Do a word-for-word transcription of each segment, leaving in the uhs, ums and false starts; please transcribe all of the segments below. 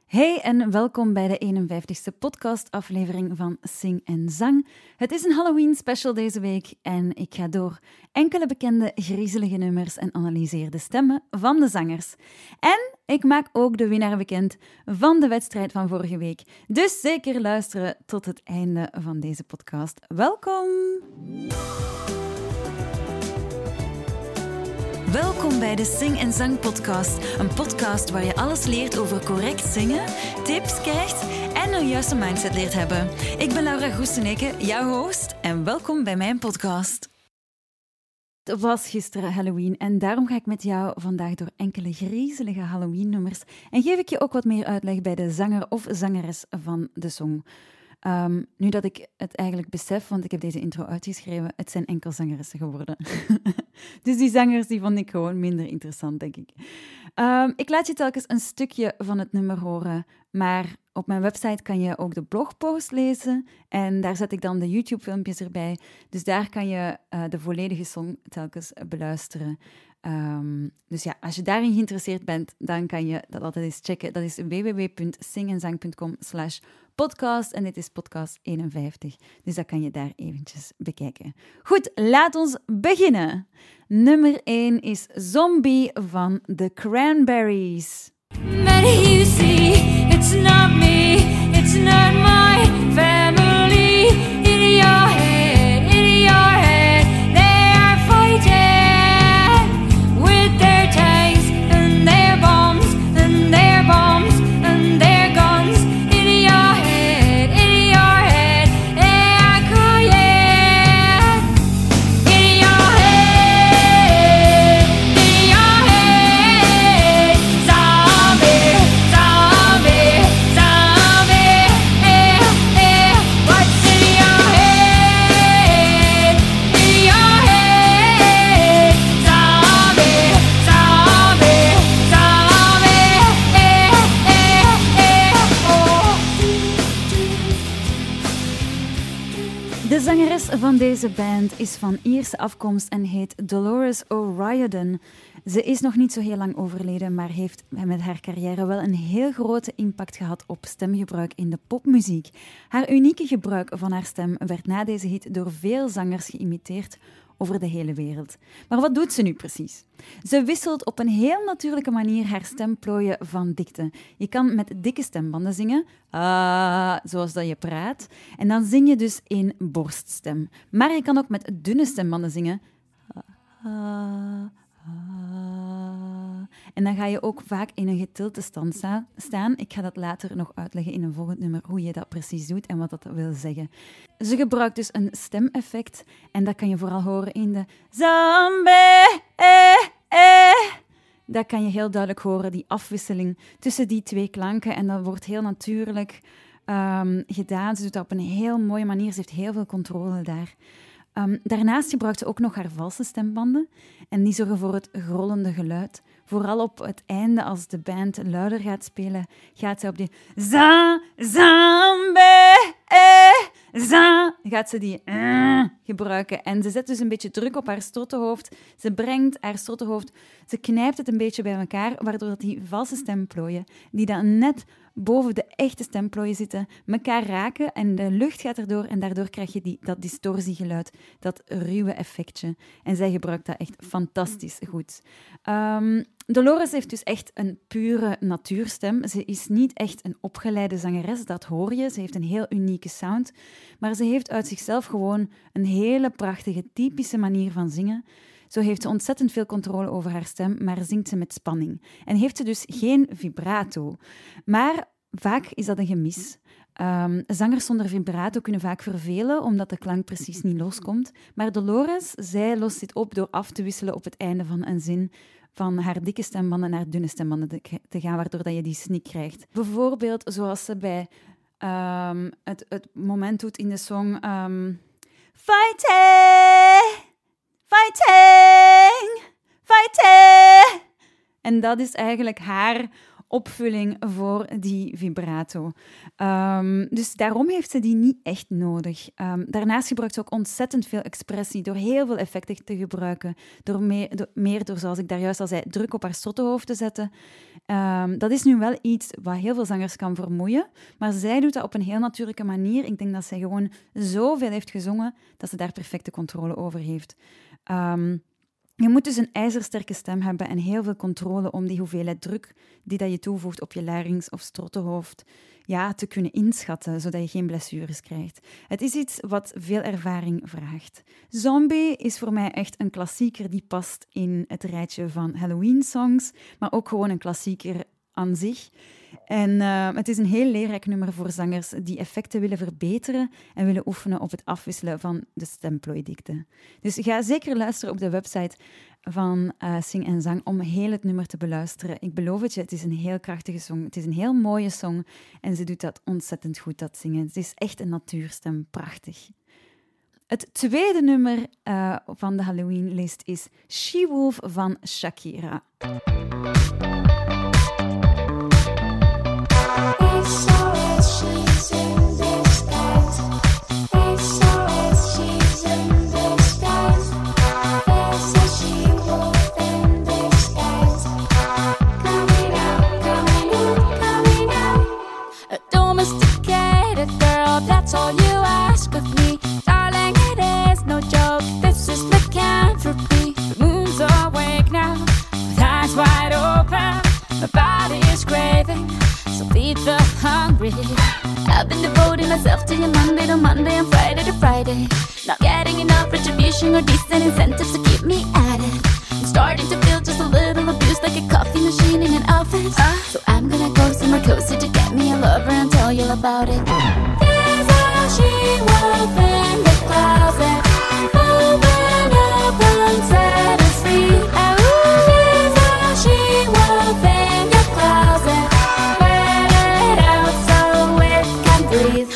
Hey en welkom bij de eenenvijftigste podcastaflevering van Sing en Zang. Het is een Halloween special deze week en ik ga door enkele bekende griezelige nummers en analyseer de stemmen van de zangers. En ik maak ook de winnaar bekend van de wedstrijd van vorige week. Dus zeker luisteren tot het einde van deze podcast. Welkom! Welkom bij de Sing en Zang podcast. Een podcast waar je alles leert over correct zingen, tips krijgt en een juiste mindset leert hebben. Ik ben Laura Groeseneke, jouw host, en welkom bij mijn podcast. Het was gisteren Halloween en daarom ga ik met jou vandaag door enkele griezelige Halloween-nummers en geef ik je ook wat meer uitleg bij de zanger of zangeres van de song. Um, nu dat ik het eigenlijk besef, want ik heb deze intro uitgeschreven, het zijn enkel zangeressen geworden. Dus die zangers die vond ik gewoon minder interessant, denk ik. Um, ik laat je telkens een stukje van het nummer horen, maar op mijn website kan je ook de blogpost lezen en daar zet ik dan de YouTube-filmpjes erbij. Dus daar kan je uh, de volledige song telkens beluisteren. Um, dus ja, als je daarin geïnteresseerd bent, dan kan je dat altijd eens checken. Dat is w w w punt singenzang punt com slash podcast en dit is podcast eenenvijftig. Dus dat kan je daar eventjes bekijken. Goed, laat ons beginnen. Nummer één is Zombie van The Cranberries. Many you see, it's not me, it's not my family. In your head, in your head, they are fighting with their tanks and their bombs and their bombs and their guns. In your head, in your head, they are crying. In your head, in your head, zombie, zombie, zombie. Eh, eh, what's in your head? In your head, zombie, zombie, zombie. Eh, eh, eh, oh. De zangeres van deze band is van Ierse afkomst en heet Dolores O'Riordan. Ze is nog niet zo heel lang overleden, maar heeft met haar carrière wel een heel grote impact gehad op stemgebruik in de popmuziek. Haar unieke gebruik van haar stem werd na deze hit door veel zangers geïmiteerd over de hele wereld. Maar wat doet ze nu precies? Ze wisselt op een heel natuurlijke manier haar stemplooien van dikte. Je kan met dikke stembanden zingen, ah, zoals dat je praat, en dan zing je dus in borststem. Maar je kan ook met dunne stembanden zingen, ah, ah. En dan ga je ook vaak in een getilte stand sta- staan. Ik ga dat later nog uitleggen in een volgend nummer, hoe je dat precies doet en wat dat wil zeggen. Ze gebruikt dus een stemeffect en dat kan je vooral horen in de zombie, eh, eh. Dat kan je heel duidelijk horen, die afwisseling tussen die twee klanken. En dat wordt heel natuurlijk um, gedaan. Ze doet dat op een heel mooie manier. Ze heeft heel veel controle daar. Um, daarnaast gebruikt ze ook nog haar valse stembanden. En die zorgen voor het grollende geluid. Vooral op het einde, als de band luider gaat spelen, gaat ze op die za, zombie, eh, za, gaat ze die eh, gebruiken. En ze zet dus een beetje druk op haar strottenhoofd. Ze brengt haar strottenhoofd, ze knijpt het een beetje bij elkaar, waardoor dat die valse stemplooien, die dan net boven de echte stemplooien zitten, elkaar raken en de lucht gaat erdoor en daardoor krijg je die, dat distortiegeluid, dat ruwe effectje. En zij gebruikt dat echt fantastisch goed. Um, Dolores heeft dus echt een pure natuurstem. Ze is niet echt een opgeleide zangeres, dat hoor je. Ze heeft een heel unieke sound, maar ze heeft uit zichzelf gewoon een hele prachtige, typische manier van zingen. Zo heeft ze ontzettend veel controle over haar stem, maar zingt ze met spanning. En heeft ze dus geen vibrato. Maar vaak is dat een gemis. Um, zangers zonder vibrato kunnen vaak vervelen, omdat de klank precies niet loskomt. Maar Dolores, zij lost dit op door af te wisselen op het einde van een zin, van haar dikke stembanden naar dunne stembanden te gaan, waardoor dat je die snik krijgt. Bijvoorbeeld zoals ze bij um, het, het moment doet in de song um, Fighting! Fighting! Fighting! En dat is eigenlijk haar opvulling voor die vibrato. Um, dus daarom heeft ze die niet echt nodig. Um, daarnaast gebruikt ze ook ontzettend veel expressie door heel veel effecten te gebruiken. Door meer, door, meer door, zoals ik daar juist al zei, druk op haar strottenhoofd te zetten. Um, dat is nu wel iets wat heel veel zangers kan vermoeien, maar zij doet dat op een heel natuurlijke manier. Ik denk dat zij gewoon zoveel heeft gezongen dat ze daar perfecte controle over heeft. Um, Je moet dus een ijzersterke stem hebben en heel veel controle om die hoeveelheid druk die dat je toevoegt op je larynx of strottenhoofd ja, te kunnen inschatten, zodat je geen blessures krijgt. Het is iets wat veel ervaring vraagt. Zombie is voor mij echt een klassieker die past in het rijtje van Halloween-songs, maar ook gewoon een klassieker aan zich. En uh, het is een heel leerrijk nummer voor zangers die effecten willen verbeteren en willen oefenen op het afwisselen van de stemplooidikte. Dus ga zeker luisteren op de website van uh, Sing en Zang om heel het nummer te beluisteren. Ik beloof het je, het is een heel krachtige song. Het is een heel mooie song en ze doet dat ontzettend goed, dat zingen. Het is echt een natuurstem, prachtig. Het tweede nummer uh, van de Halloween-list is She-Wolf van Shakira. That's all you ask of me, darling, it is no joke, this is lycanthropy. The moon's awake now, with eyes wide open, my body is craving, so feed the hungry. I've been devoting myself to you Monday to Monday and Friday to Friday, not getting enough retribution or decent incentives to keep me at it. I'm starting to feel just a little abused, like a coffee machine in an office, uh, so I'm gonna go somewhere cozy to get me a lover and tell you about it. She-Wolf in the closet, open up and set us free. There's a she-wolf in your closet, let it out so it can breathe.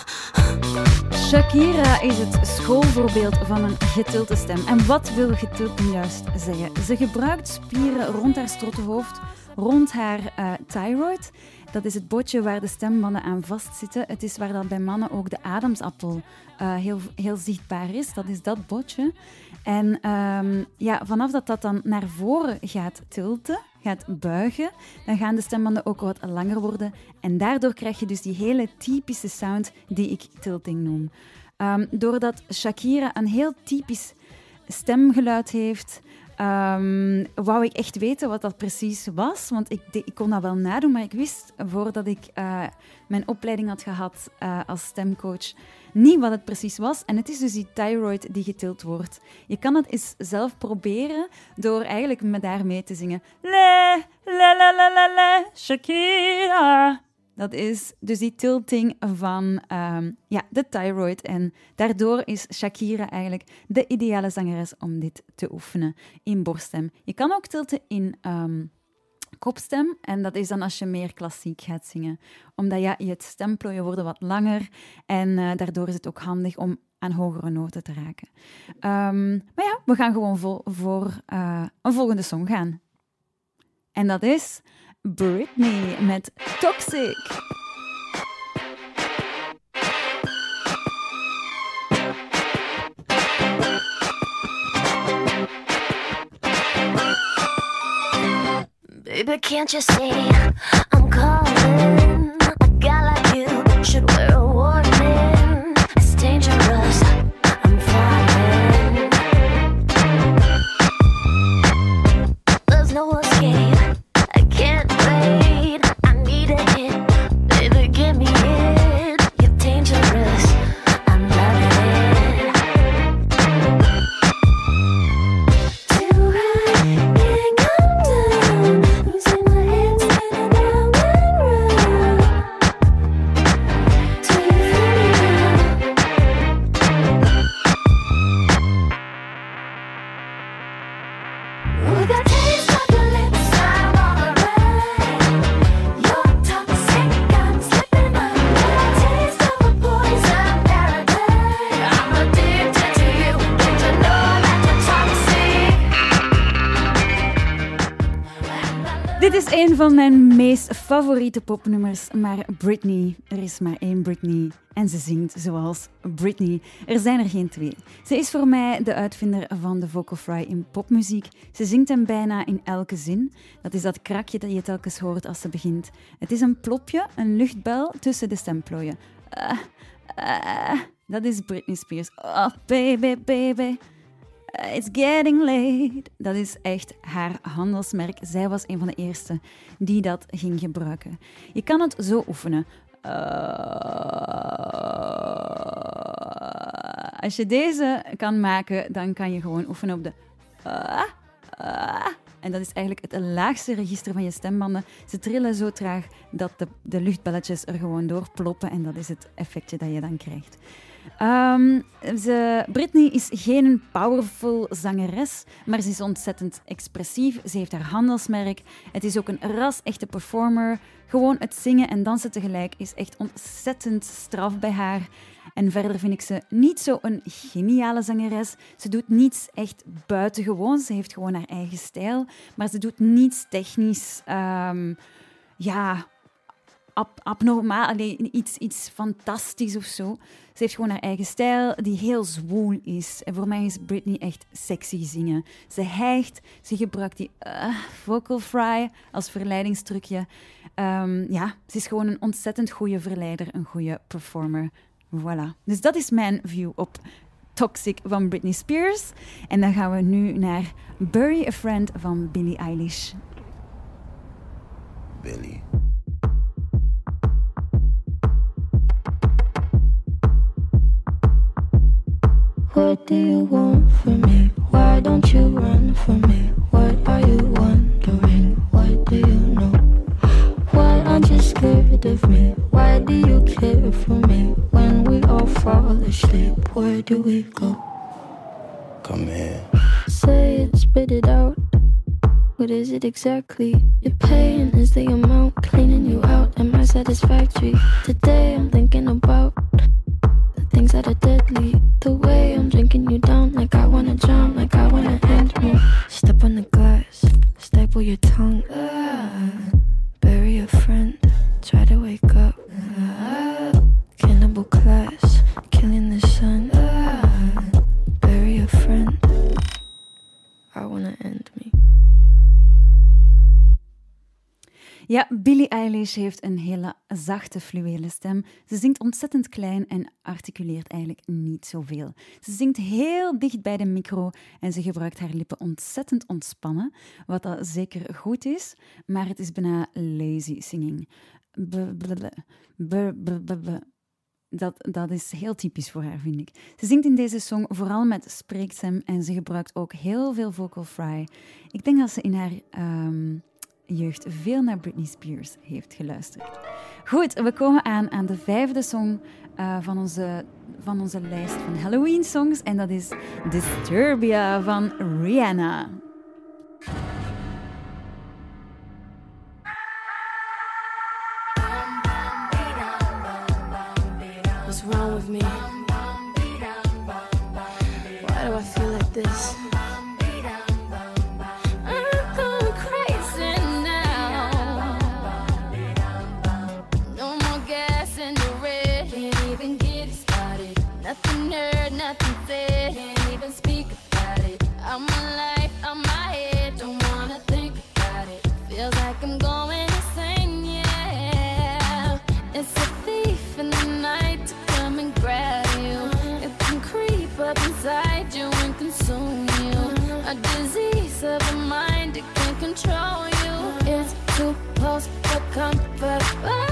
Shakira is het schoolvoorbeeld van een getilte stem. En wat wil getilt nu juist zeggen? Ze gebruikt spieren rond haar strottenhoofd, rond haar uh, thyroid. Dat is het botje waar de stembanden aan vastzitten. Het is waar dat bij mannen ook de ademsappel uh, heel, heel zichtbaar is. Dat is dat botje. En um, ja, vanaf dat dat dan naar voren gaat tilten, gaat buigen, dan gaan de stembanden ook wat langer worden. En daardoor krijg je dus die hele typische sound die ik tilting noem. Um, doordat Shakira een heel typisch stemgeluid heeft, Um, wou ik echt weten wat dat precies was, want ik, de, ik kon dat wel nadoen, maar ik wist voordat ik uh, mijn opleiding had gehad uh, als stemcoach niet wat het precies was. En het is dus die thyroid die getild wordt. Je kan het eens zelf proberen door eigenlijk met daarmee te zingen. Le, la la la la la, Shakira. Dat is dus die tilting van um, ja, de thyroid. En daardoor is Shakira eigenlijk de ideale zangeres om dit te oefenen in borststem. Je kan ook tilten in um, kopstem. En dat is dan als je meer klassiek gaat zingen. Omdat ja, je stemplooien worden wat langer. En uh, daardoor is het ook handig om aan hogere noten te raken. Um, maar ja, we gaan gewoon vo- voor uh, een volgende song gaan. En dat is Britney met Toxic. Baby, can't you see I'm calling? A guy like you should wear a warning. It's dangerous, I'm falling. There's no escape, I can't wait. I need a hit, baby, give me it. You're dangerous, I'm loving it. Too high, can't come down. Losing my head, spinning round and round. Till you feel me with that taste of your lips, I'm on the ride. You're toxic, I'm slipping under. Taste of a poison paradise. I'm addicted to you, don't you know that you're toxic? Dit is een van mijn meest favoriete popnummers, maar Britney. Er is maar één Britney en ze zingt zoals Britney. Er zijn er geen twee. Ze is voor mij de uitvinder van de vocal fry in popmuziek. Ze zingt hem bijna in elke zin. Dat is dat krakje dat je telkens hoort als ze begint. Het is een plopje, een luchtbel tussen de stemplooien. Uh, uh, dat is Britney Spears. Oh, baby, baby. Uh, it's getting late. Dat is echt haar handelsmerk. Zij was een van de eerste die dat ging gebruiken. Je kan het zo oefenen. Uh, als je deze kan maken, dan kan je gewoon oefenen op de... Uh, uh, en dat is eigenlijk het laagste register van je stembanden. Ze trillen zo traag dat de, de luchtbelletjes er gewoon doorploppen. En dat is het effectje dat je dan krijgt. Um, ze, Britney is geen powerful zangeres, maar ze is ontzettend expressief. Ze heeft haar handelsmerk. Het is ook een ras-echte performer. Gewoon het zingen en dansen tegelijk is echt ontzettend straf bij haar. En verder vind ik ze niet zo een geniale zangeres. Ze doet niets echt buitengewoon. Ze heeft gewoon haar eigen stijl. Maar ze doet niets technisch... Um, ja... Ab- abnormaal, alleen iets, iets fantastisch of zo. Ze heeft gewoon haar eigen stijl die heel zwoel is. En voor mij is Britney echt sexy zingen. Ze hijgt, ze gebruikt die uh, vocal fry als verleidingstrucje. Um, ja, ze is gewoon een ontzettend goede verleider, een goede performer. Voilà. Dus dat is mijn view op Toxic van Britney Spears. En dan gaan we nu naar Bury a Friend van Billie Eilish. Billie. What do you want from me? Why don't you run from me? What are you wondering? What do you know? Why aren't you scared of me? Why do you care for me? When we all fall asleep, where do we go? Come here. Say it, spit it out. What is it exactly? Your pain is the amount cleaning you out. Am I satisfactory? Today I'm thinking about things that are deadly. The way I'm drinking you down, like I wanna drown, like I wanna end me. Step on the glass, staple your tongue. Ah, bury a friend, try to wake up. Ah, cannibal class, killing the sun. Ah, bury a friend, I wanna end me. Ja, Billie Eilish heeft een hele zachte, fluwele stem. Ze zingt ontzettend klein en articuleert eigenlijk niet zoveel. Ze zingt heel dicht bij de micro en ze gebruikt haar lippen ontzettend ontspannen, wat dat zeker goed is, maar het is bijna lazy singing. Dat, dat is heel typisch voor haar, vind ik. Ze zingt in deze song vooral met spreekstem en ze gebruikt ook heel veel vocal fry. Ik denk dat ze in haar... Um, jeugd veel naar Britney Spears heeft geluisterd. Goed, we komen aan aan de vijfde song uh, van, onze, van onze lijst van Halloween songs en dat is Disturbia van Rihanna. What's wrong with me? Why do I feel like this? Nothing heard, nothing said, can't even speak about it. I'm alive, I'm my head, don't wanna think about it. Feels like I'm going insane, yeah. It's a thief in the night to come and grab you. It can creep up inside you and consume you. A disease of the mind, it can control you. It's too close for comfort. Oh.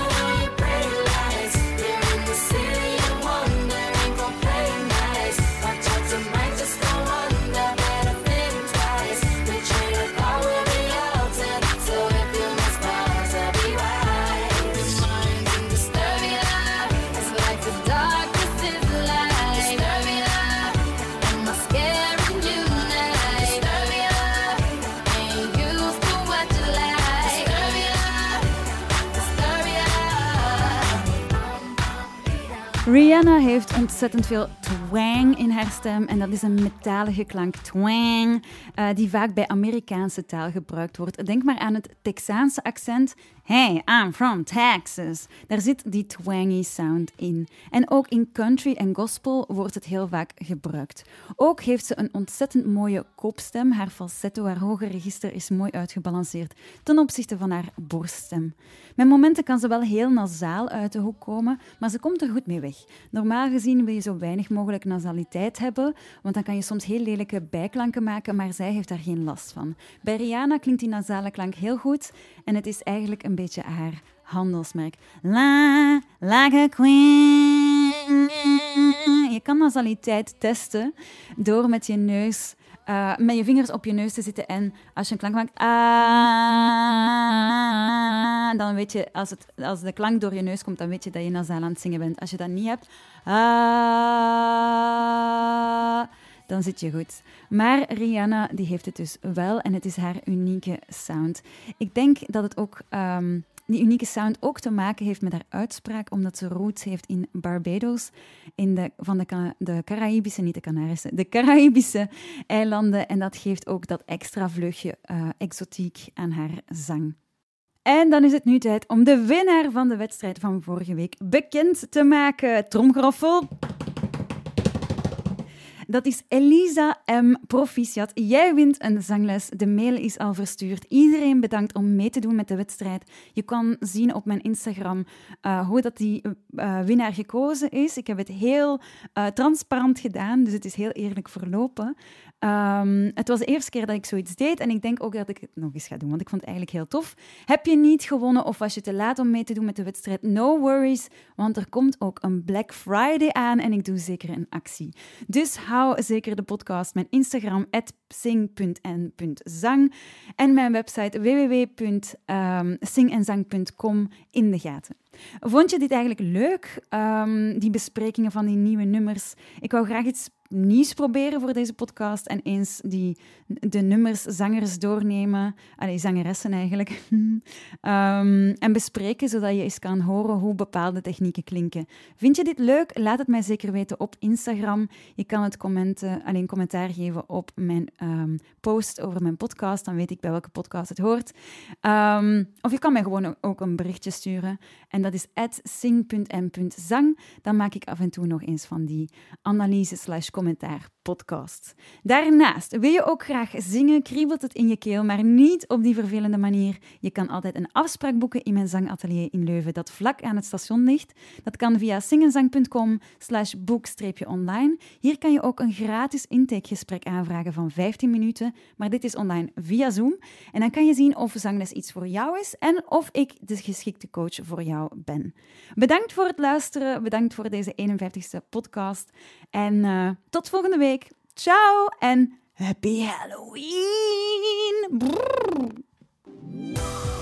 Rihanna heeft ontzettend veel twang in haar stem en dat is een metalige klank, twang, uh, die vaak bij Amerikaanse taal gebruikt wordt. Denk maar aan het Texaanse accent. Hey, I'm from Texas. Daar zit die twangy sound in. En ook in country en gospel wordt het heel vaak gebruikt. Ook heeft ze een ontzettend mooie kopstem. Haar falsetto, haar hoge register is mooi uitgebalanceerd ten opzichte van haar borststem. Met momenten kan ze wel heel nasaal uit de hoek komen, maar ze komt er goed mee weg. Normaal gezien wil je zo weinig mogelijk nasaliteit hebben, want dan kan je soms heel lelijke bijklanken maken, maar zij heeft daar geen last van. Bij Rihanna klinkt die nasale klank heel goed en het is eigenlijk een beetje haar handelsmerk. La, like a queen. Je kan nasaliteit testen door met je neus, uh, met je vingers op je neus te zitten en als je een klank maakt, ah, dan weet je, als, het, als de klank door je neus komt, dan weet je dat je nasaal aan het zingen bent. Als je dat niet hebt, ah, dan zit je goed. Maar Rihanna die heeft het dus wel en het is haar unieke sound. Ik denk dat het ook, um, die unieke sound ook te maken heeft met haar uitspraak, omdat ze roots heeft in Barbados, in de, van de, de Caraïbische, niet de Canarische, de Caraïbische eilanden. En dat geeft ook dat extra vleugje uh, exotiek aan haar zang. En dan is het nu tijd om de winnaar van de wedstrijd van vorige week bekend te maken. Tromgeroffel. Dat is Elisa M. Proficiat. Jij wint een zangles. De mail is al verstuurd. Iedereen bedankt om mee te doen met de wedstrijd. Je kan zien op mijn Instagram uh, hoe dat die uh, winnaar gekozen is. Ik heb het heel uh, transparant gedaan, dus het is heel eerlijk verlopen. Um, het was de eerste keer dat ik zoiets deed en ik denk ook dat ik het nog eens ga doen, want ik vond het eigenlijk heel tof. Heb je niet gewonnen of was je te laat om mee te doen met de wedstrijd? No worries, want er komt ook een Black Friday aan en ik doe zeker een actie. Dus hou zeker de podcast, mijn Instagram, at sing punt n punt zang en mijn website w w w punt sing en zang punt com in de gaten. Vond je dit eigenlijk leuk, um, die besprekingen van die nieuwe nummers? Ik wou graag iets nieuws proberen voor deze podcast en eens die, de nummers, zangers doornemen, allee, zangeressen eigenlijk, um, en bespreken, zodat je eens kan horen hoe bepaalde technieken klinken. Vind je dit leuk? Laat het mij zeker weten op Instagram. Je kan het commenten, alleen commentaar geven op mijn um, post over mijn podcast, dan weet ik bij welke podcast het hoort. Um, of je kan mij gewoon ook een berichtje sturen en dat is at sing punt n punt zang. Dan maak ik af en toe nog eens van die analyse slash commentaar podcast. Daarnaast, wil je ook graag zingen, kriebelt het in je keel, maar niet op die vervelende manier. Je kan altijd een afspraak boeken in mijn zangatelier in Leuven, dat vlak aan het station ligt. Dat kan via singenzang punt com slash boek-online. Hier kan je ook een gratis intakegesprek aanvragen van vijftien minuten, maar dit is online via Zoom. En dan kan je zien of zangles iets voor jou is en of ik de geschikte coach voor jou ben. Bedankt voor het luisteren, bedankt voor deze eenenvijftigste podcast en uh, tot volgende week. Ciao en happy Halloween! Brrr.